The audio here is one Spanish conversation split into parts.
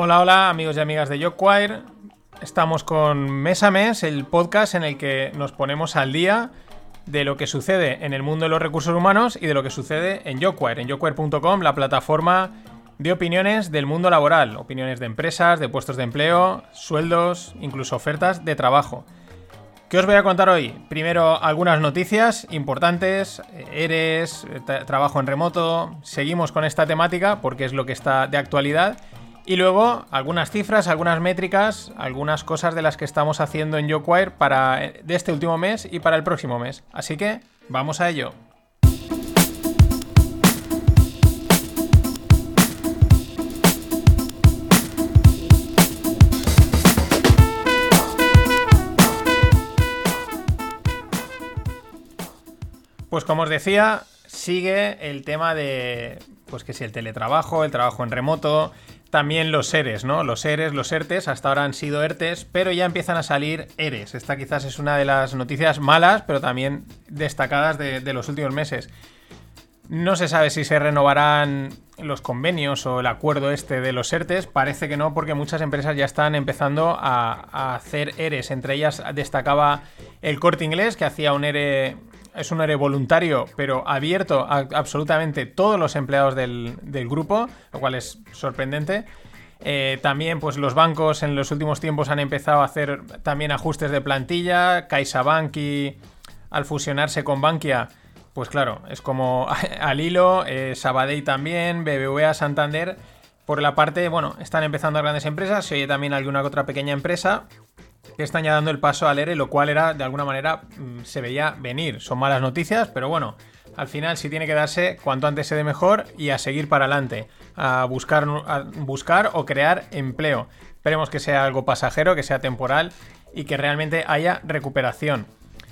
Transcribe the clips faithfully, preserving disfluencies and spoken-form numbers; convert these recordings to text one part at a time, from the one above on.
Hola, hola, amigos y amigas de Jobquire. Estamos con Mes a Mes, el podcast en el que nos ponemos al día de lo que sucede en el mundo de los recursos humanos y de lo que sucede en Jobquire, en jobquire punto com, la plataforma de opiniones del mundo laboral, opiniones de empresas, de puestos de empleo, sueldos, incluso ofertas de trabajo. ¿Qué os voy a contar hoy? Primero, algunas noticias importantes, ERES, tra- trabajo en remoto. Seguimos con esta temática porque es lo que está de actualidad. Y luego, algunas cifras, algunas métricas, algunas cosas de las que estamos haciendo en Jobquire para de este último mes y para el próximo mes. Así que, vamos a ello. Pues como os decía, sigue el tema de, pues que si el teletrabajo, el trabajo en remoto, también los ERES, ¿no? Los ERES, los ERTES, hasta ahora han sido ERTES, pero ya empiezan a salir ERES. Esta quizás es una de las noticias malas, pero también destacadas de, de los últimos meses. No se sabe si se renovarán los convenios o el acuerdo este de los ERTES. Parece que no, porque muchas empresas ya están empezando a, a hacer ERES. Entre ellas destacaba el Corte Inglés, que hacía un ERE... Es un ERE voluntario, pero abierto a absolutamente todos los empleados del, del grupo, lo cual es sorprendente. Eh, también, pues los bancos en los últimos tiempos han empezado a hacer también ajustes de plantilla. CaixaBank, y, al fusionarse con Bankia, pues claro, es como al hilo. Eh, Sabadell también, B B V A, Santander. Por la parte, bueno, están empezando las grandes empresas. Se oye también alguna que otra pequeña empresa que están ya dando el paso al ERE, lo cual era, de alguna manera, se veía venir. Son malas noticias, pero bueno, al final si tiene que darse, cuanto antes se dé mejor y a seguir para adelante, a buscar, a buscar o crear empleo. Esperemos que sea algo pasajero, que sea temporal y que realmente haya recuperación.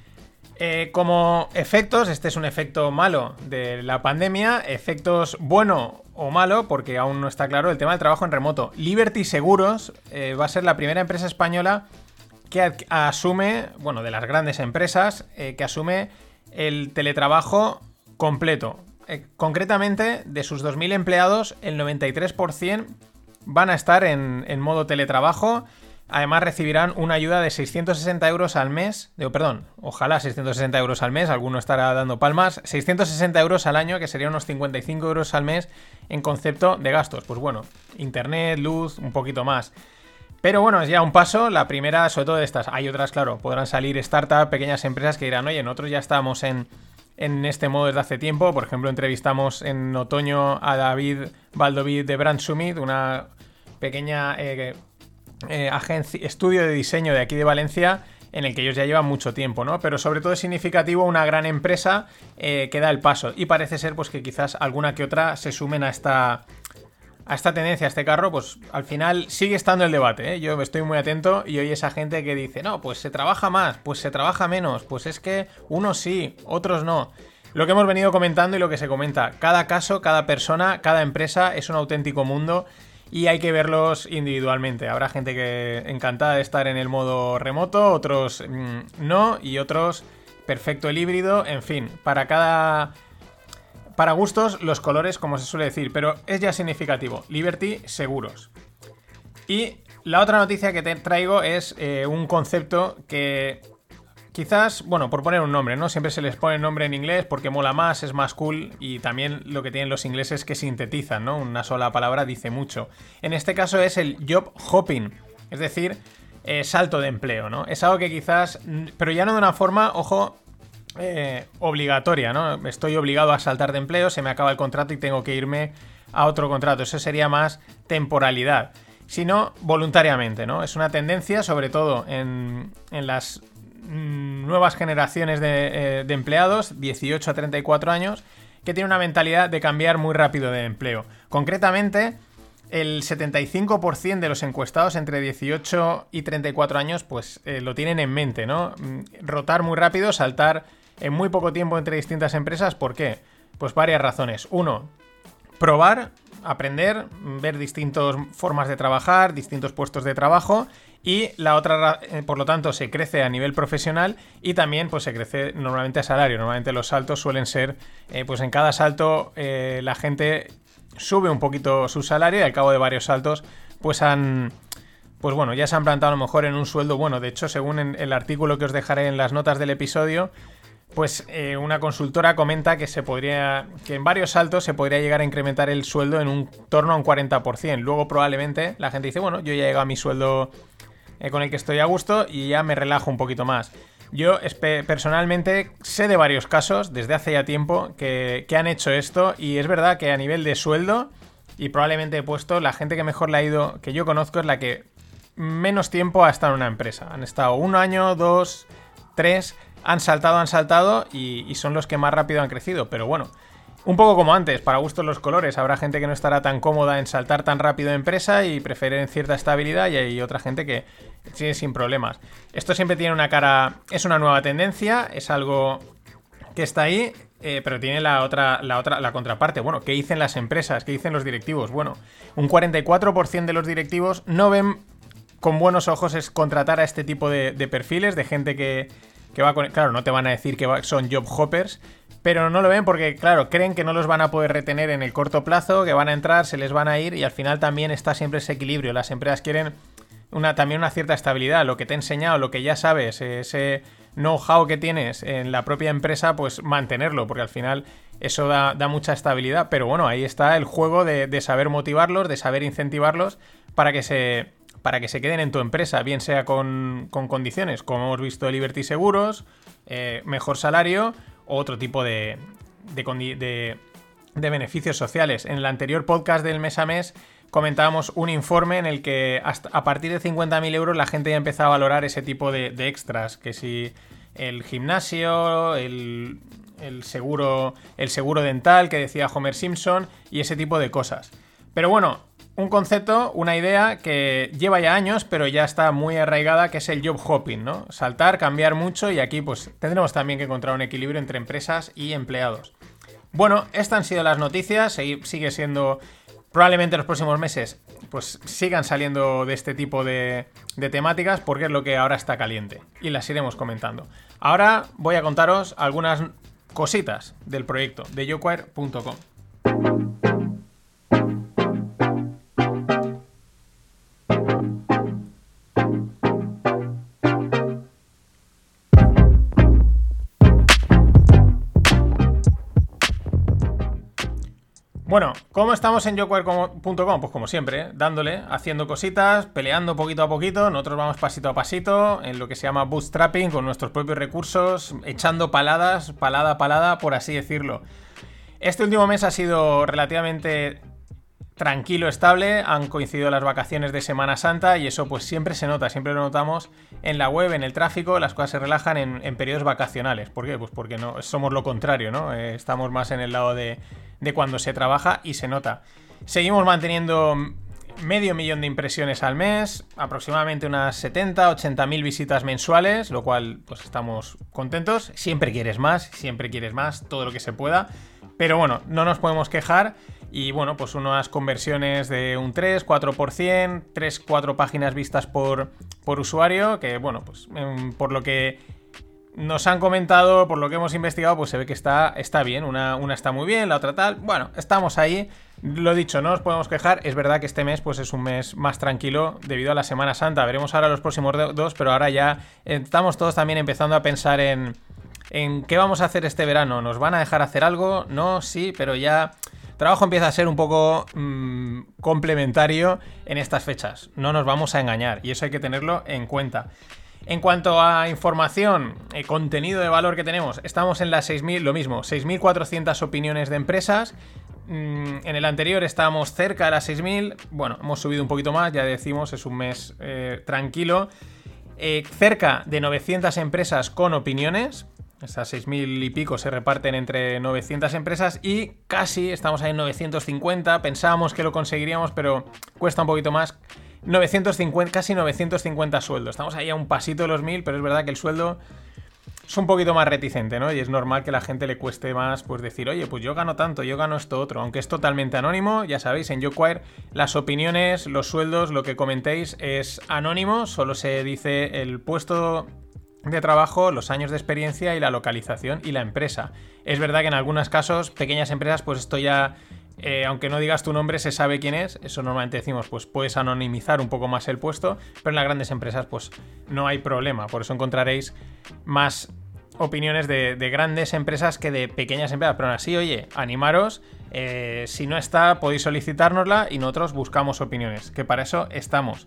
Eh, como efectos, este es un efecto malo de la pandemia, efectos bueno o malo, porque aún no está claro, el tema del trabajo en remoto. Liberty Seguros eh, va a ser la primera empresa española que ad- asume, bueno, de las grandes empresas, eh, que asume el teletrabajo completo. Eh, concretamente, de sus dos mil empleados, el noventa y tres por ciento van a estar en, en modo teletrabajo. Además, recibirán una ayuda de seiscientos sesenta euros al mes. Digo, perdón, ojalá seiscientos sesenta euros al mes, alguno estará dando palmas. seiscientos sesenta euros al año, que serían unos cincuenta y cinco euros al mes en concepto de gastos. Pues bueno, internet, luz, un poquito más. Pero bueno, es ya un paso, la primera, sobre todo de estas. Hay otras, claro, podrán salir startups, pequeñas empresas que dirán, oye, nosotros ya estamos en, en este modo desde hace tiempo. Por ejemplo, entrevistamos en otoño a David Valdoví de Brand Summit, una pequeña eh, eh, agencia, estudio de diseño de aquí de Valencia, en el que ellos ya llevan mucho tiempo, ¿no? Pero sobre todo es significativo una gran empresa eh, que da el paso. Y parece ser pues que quizás alguna que otra se sumen a esta... a esta tendencia, a este carro. Pues al final sigue estando el debate, ¿eh? Yo estoy muy atento y hoy esa gente que dice, no, pues se trabaja más, pues se trabaja menos, pues es que unos sí, otros no. Lo que hemos venido comentando y lo que se comenta, cada caso, cada persona, cada empresa es un auténtico mundo y hay que verlos individualmente. Habrá gente que encantada de estar en el modo remoto, otros mmm, no, y otros perfecto el híbrido, en fin, para cada... Para gustos, los colores, como se suele decir, pero es ya significativo. Liberty Seguros. Y la otra noticia que te traigo es eh, un concepto que quizás, bueno, por poner un nombre, ¿no? Siempre se les pone nombre en inglés porque mola más, es más cool, y también lo que tienen los ingleses es que sintetizan, ¿no? Una sola palabra dice mucho. En este caso es el job hopping, es decir, eh, salto de empleo, ¿no? Es algo que quizás, pero ya no de una forma, ojo, Eh, obligatoria, ¿no? Estoy obligado a saltar de empleo, se me acaba el contrato y tengo que irme a otro contrato. Eso sería más temporalidad, sino voluntariamente, ¿no? Es una tendencia, sobre todo en, en las mm, nuevas generaciones de, eh, de empleados, dieciocho a treinta y cuatro años, que tienen una mentalidad de cambiar muy rápido de empleo. Concretamente, el setenta y cinco por ciento de los encuestados entre dieciocho y treinta y cuatro años, pues eh, lo tienen en mente, ¿no? Rotar muy rápido, saltar en muy poco tiempo entre distintas empresas. ¿Por qué? Pues varias razones. Uno, probar, aprender, ver distintas formas de trabajar, distintos puestos de trabajo. Y la otra, eh, por lo tanto, se crece a nivel profesional y también pues se crece normalmente a salario. Normalmente los saltos suelen ser, eh, pues en cada salto eh, la gente sube un poquito su salario y al cabo de varios saltos pues han... Pues bueno, ya se han plantado a lo mejor en un sueldo bueno. De hecho, según en el artículo que os dejaré en las notas del episodio, pues eh, una consultora comenta que se podría, que en varios saltos se podría llegar a incrementar el sueldo en un torno a un cuarenta por ciento. Luego probablemente la gente dice, bueno, yo ya he llegado a mi sueldo eh, con el que estoy a gusto y ya me relajo un poquito más. Yo personalmente sé de varios casos desde hace ya tiempo que, que han hecho esto, y es verdad que a nivel de sueldo, y probablemente he puesto, la gente que mejor le ha ido, que yo conozco, es la que menos tiempo ha estado en una empresa. Han estado un año, dos, tres, han saltado, han saltado y, y son los que más rápido han crecido. Pero bueno, un poco como antes, para gustos los colores. Habrá gente que no estará tan cómoda en saltar tan rápido de empresa y prefieren cierta estabilidad, y hay otra gente que sigue sin problemas. Esto siempre tiene una cara, es una nueva tendencia, es algo que está ahí, eh, pero tiene la otra, la otra, la contraparte. Bueno, ¿qué dicen las empresas? ¿Qué dicen los directivos? Bueno, un cuarenta y cuatro por ciento de los directivos no ven con buenos ojos es contratar a este tipo de, de perfiles, de gente que, que va con... Claro, no te van a decir que va, son job hoppers, pero no lo ven porque, claro, creen que no los van a poder retener en el corto plazo, que van a entrar, se les van a ir, y al final también está siempre ese equilibrio. Las empresas quieren una, también una cierta estabilidad, lo que te he enseñado, lo que ya sabes, ese know-how que tienes en la propia empresa, pues mantenerlo, porque al final eso da, da mucha estabilidad. Pero bueno, ahí está el juego de, de saber motivarlos, de saber incentivarlos para que se... para que se queden en tu empresa, bien sea con, con condiciones, como hemos visto, Liberty Seguros, eh, mejor salario o otro tipo de, de, de, de beneficios sociales. En el anterior podcast del mes a mes comentábamos un informe en el que hasta a partir de cincuenta mil euros la gente ya empezaba a valorar ese tipo de, de extras, que si el gimnasio, el, el, seguro, el seguro dental que decía Homer Simpson y ese tipo de cosas. Pero bueno, un concepto, una idea que lleva ya años, pero ya está muy arraigada, que es el job hopping, ¿no? Saltar, cambiar mucho, y aquí pues tendremos también que encontrar un equilibrio entre empresas y empleados. Bueno, estas han sido las noticias, sigue siendo... Probablemente en los próximos meses pues sigan saliendo de este tipo de, de temáticas, porque es lo que ahora está caliente, y las iremos comentando. Ahora voy a contaros algunas cositas del proyecto de yokwire punto com. Bueno, ¿cómo estamos en yokwire punto com? Pues como siempre, ¿eh? dándole, haciendo cositas, peleando poquito a poquito. Nosotros vamos pasito a pasito en lo que se llama bootstrapping, con nuestros propios recursos, echando paladas, palada a palada, por así decirlo. Este último mes ha sido relativamente tranquilo, estable. Han coincidido las vacaciones de Semana Santa y eso pues siempre se nota, siempre lo notamos en la web, en el tráfico. Las cosas se relajan en, en periodos vacacionales. ¿Por qué? Pues porque no, somos lo contrario, ¿no? Eh, estamos más en el lado de... de cuando se trabaja y se nota. Seguimos manteniendo medio millón de impresiones al mes, aproximadamente unas setenta, ochenta mil visitas mensuales, lo cual pues estamos contentos. Siempre quieres más, siempre quieres más, todo lo que se pueda, pero bueno, no nos podemos quejar. Y bueno, pues unas conversiones de un tres, cuatro por ciento, tres, cuatro páginas vistas por, por usuario, que bueno, pues por lo que nos han comentado, por lo que hemos investigado, pues se ve que está, está bien. Una, una está muy bien, la otra tal. Bueno, estamos ahí. Lo dicho, no nos podemos quejar. Es verdad que este mes pues es un mes más tranquilo debido a la Semana Santa. Veremos ahora los próximos dos, pero ahora ya estamos todos también empezando a pensar en, en qué vamos a hacer este verano. ¿Nos van a dejar hacer algo? No, sí, pero ya... El trabajo empieza a ser un poco mmm, complementario en estas fechas. No nos vamos a engañar y eso hay que tenerlo en cuenta. En cuanto a información, eh, contenido de valor que tenemos, estamos en las seis mil, lo mismo, seis mil cuatrocientas opiniones de empresas. Mm, en el anterior estábamos cerca de las seis mil. Bueno, hemos subido un poquito más, ya decimos, es un mes eh, tranquilo. Eh, cerca de novecientas empresas con opiniones. Esas seis mil y pico se reparten entre novecientas empresas y casi estamos ahí en novecientos cincuenta. Pensábamos que lo conseguiríamos, pero cuesta un poquito más. novecientos cincuenta, casi novecientos cincuenta sueldos. Estamos ahí a un pasito de los mil, pero es verdad que el sueldo es un poquito más reticente, ¿no? Y es normal que a la gente le cueste más pues decir, oye, pues yo gano tanto, yo gano esto otro. Aunque es totalmente anónimo, ya sabéis, en yokwire las opiniones, los sueldos, lo que comentéis es anónimo. Solo se dice el puesto de trabajo, los años de experiencia y la localización y la empresa. Es verdad que en algunos casos, pequeñas empresas, pues esto ya... Eh, aunque no digas tu nombre, se sabe quién es. Eso normalmente decimos, pues puedes anonimizar un poco más el puesto, pero en las grandes empresas pues no hay problema. Por eso encontraréis más opiniones de, de grandes empresas que de pequeñas empresas. Pero aún así, oye, animaros. Eh, si no está, podéis solicitárnosla y nosotros buscamos opiniones, que para eso estamos.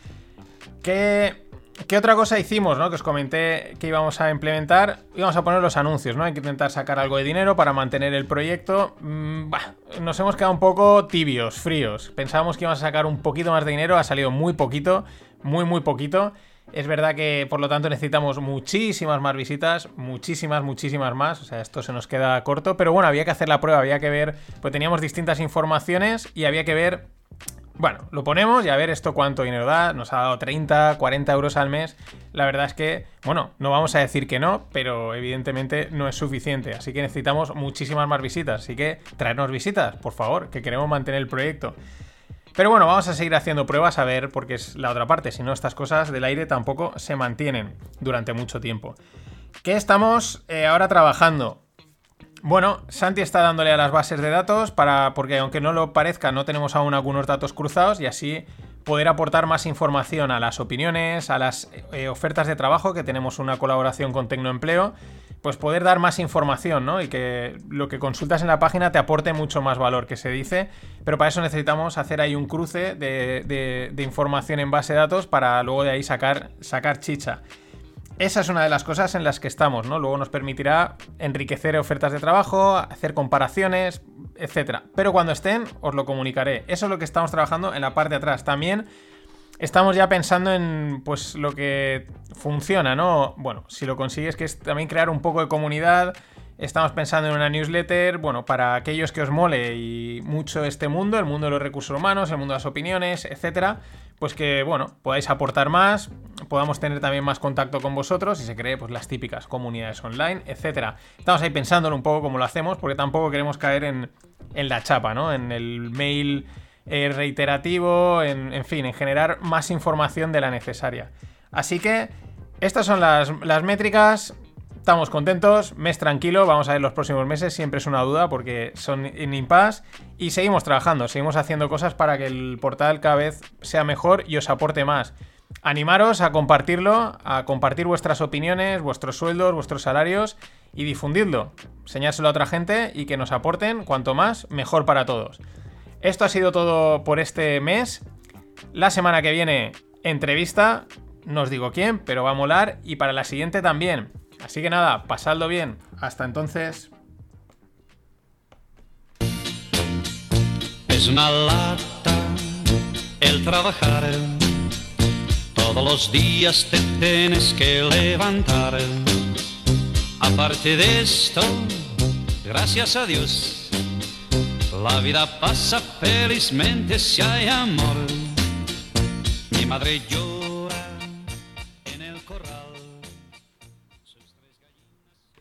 ¿Qué, qué otra cosa hicimos, ¿no? Que os comenté que íbamos a implementar. Íbamos a poner los anuncios, ¿no? Hay que intentar sacar algo de dinero para mantener el proyecto. Mm, bah, nos hemos quedado un poco tibios, fríos. Pensábamos que íbamos a sacar un poquito más de dinero. Ha salido muy poquito, muy, muy poquito. Es verdad que, por lo tanto, necesitamos muchísimas más visitas, muchísimas, muchísimas más. O sea, esto se nos queda corto. Pero bueno, había que hacer la prueba, había que ver... Pues teníamos distintas informaciones y había que ver... Bueno, lo ponemos y a ver esto cuánto dinero da. Nos ha dado treinta, cuarenta euros al mes. La verdad es que, bueno, no vamos a decir que no, pero evidentemente no es suficiente. Así que necesitamos muchísimas más visitas. Así que traernos visitas, por favor, que queremos mantener el proyecto. Pero bueno, vamos a seguir haciendo pruebas a ver, porque es la otra parte. Si no, estas cosas del aire tampoco se mantienen durante mucho tiempo. ¿Qué estamos eh, ahora trabajando? Bueno, Santi está dándole a las bases de datos para, porque aunque no lo parezca, no tenemos aún algunos datos cruzados y así poder aportar más información a las opiniones, a las eh, ofertas de trabajo, que tenemos una colaboración con Tecnoempleo, pues poder dar más información, ¿no? Y que lo que consultas en la página te aporte mucho más valor, que se dice, pero para eso necesitamos hacer ahí un cruce de, de, de información en base de datos para luego de ahí sacar, sacar chicha. Esa es una de las cosas en las que estamos, ¿no? Luego nos permitirá enriquecer ofertas de trabajo, hacer comparaciones, etcétera. Pero cuando estén, os lo comunicaré. Eso es lo que estamos trabajando en la parte de atrás. También estamos ya pensando en, pues, lo que funciona, ¿no? Bueno, si lo consigues, que es también crear un poco de comunidad. Estamos pensando en una newsletter, bueno, para aquellos que os mole y mucho este mundo, el mundo de los recursos humanos, el mundo de las opiniones, etcétera, pues que, bueno, podáis aportar más, podamos tener también más contacto con vosotros y se cree, pues, las típicas comunidades online, etcétera. Estamos ahí pensándolo un poco cómo lo hacemos, porque tampoco queremos caer en, en la chapa, ¿no? En el mail eh, reiterativo, en, en fin, en generar más información de la necesaria. Así que estas son las, las métricas. Estamos contentos, mes tranquilo, vamos a ver los próximos meses, siempre es una duda porque son en impasse y seguimos trabajando, seguimos haciendo cosas para que el portal cada vez sea mejor y os aporte más. Animaros a compartirlo, a compartir vuestras opiniones, vuestros sueldos, vuestros salarios y difundidlo, enseñárselo a otra gente y que nos aporten cuanto más, mejor para todos. Esto ha sido todo por este mes. La semana que viene, entrevista, no os digo quién, pero va a molar, y para la siguiente también. Así que nada, pasadlo bien. Hasta entonces. Es una lata el trabajar. Todos los días te tienes que levantar. Aparte de esto, gracias a Dios, la vida pasa felizmente si hay amor. Mi madre y yo